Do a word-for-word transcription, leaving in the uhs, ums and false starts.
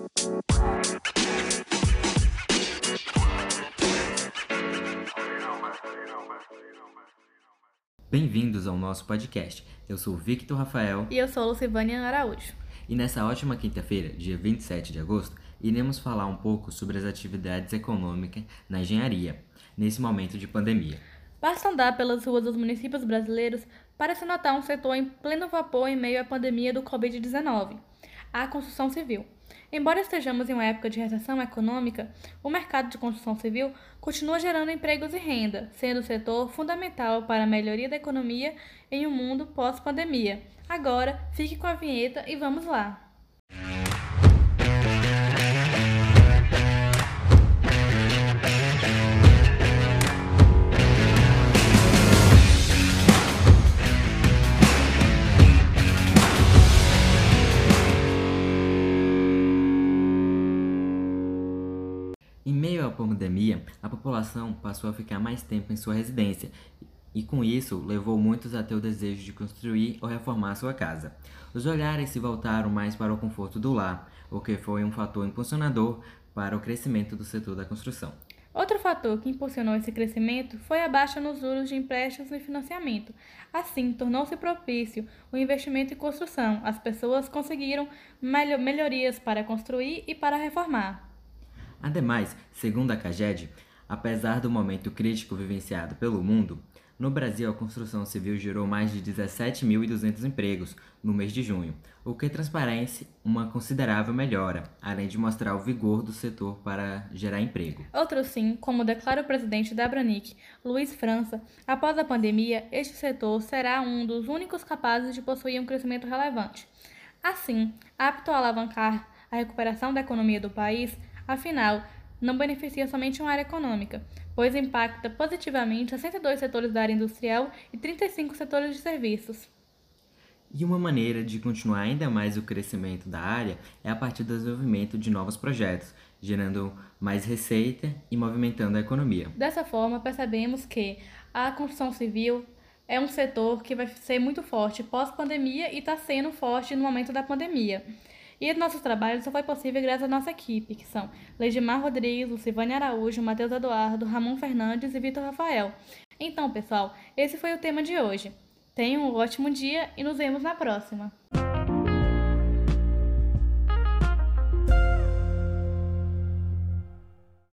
Bem-vindos ao nosso podcast. Eu sou o Victor Rafael. E eu sou Lucivânia Araújo. E nessa ótima quinta-feira, dia vinte e sete de agosto, iremos falar um pouco sobre as atividades econômicas na engenharia, nesse momento de pandemia. Basta andar pelas ruas dos municípios brasileiros para se notar um setor em pleno vapor em meio à pandemia do covid dezenove, a construção civil. Embora estejamos em uma época de recessão econômica, o mercado de construção civil continua gerando empregos e renda, sendo o setor fundamental para a melhoria da economia em um mundo pós-pandemia. Agora, fique com a vinheta e vamos lá! Em meio à pandemia, a população passou a ficar mais tempo em sua residência e, com isso, levou muitos a ter o desejo de construir ou reformar sua casa. Os olhares se voltaram mais para o conforto do lar, o que foi um fator impulsionador para o crescimento do setor da construção. Outro fator que impulsionou esse crescimento foi a baixa nos juros de empréstimos e financiamento. Assim, tornou-se propício o investimento em construção. As pessoas conseguiram melhorias para construir e para reformar. Ademais, segundo a CAGED, apesar do momento crítico vivenciado pelo mundo, no Brasil a construção civil gerou mais de dezessete mil e duzentos empregos no mês de junho, o que transparece uma considerável melhora, além de mostrar o vigor do setor para gerar emprego. Outro sim, como declara o presidente da Abranic, Luiz França, após a pandemia, este setor será um dos únicos capazes de possuir um crescimento relevante. Assim, apto a alavancar a recuperação da economia do país, afinal, não beneficia somente uma área econômica, pois impacta positivamente sessenta e dois setores da área industrial e trinta e cinco setores de serviços. E uma maneira de continuar ainda mais o crescimento da área é a partir do desenvolvimento de novos projetos, gerando mais receita e movimentando a economia. Dessa forma, percebemos que a construção civil é um setor que vai ser muito forte pós-pandemia e está sendo forte no momento da pandemia. E nosso trabalho só foi possível graças à nossa equipe, que são Legimar Rodrigues, Lucivânia Araújo, Matheus Eduardo, Ramon Fernandes e Vitor Rafael. Então, pessoal, esse foi o tema de hoje. Tenham um ótimo dia e nos vemos na próxima!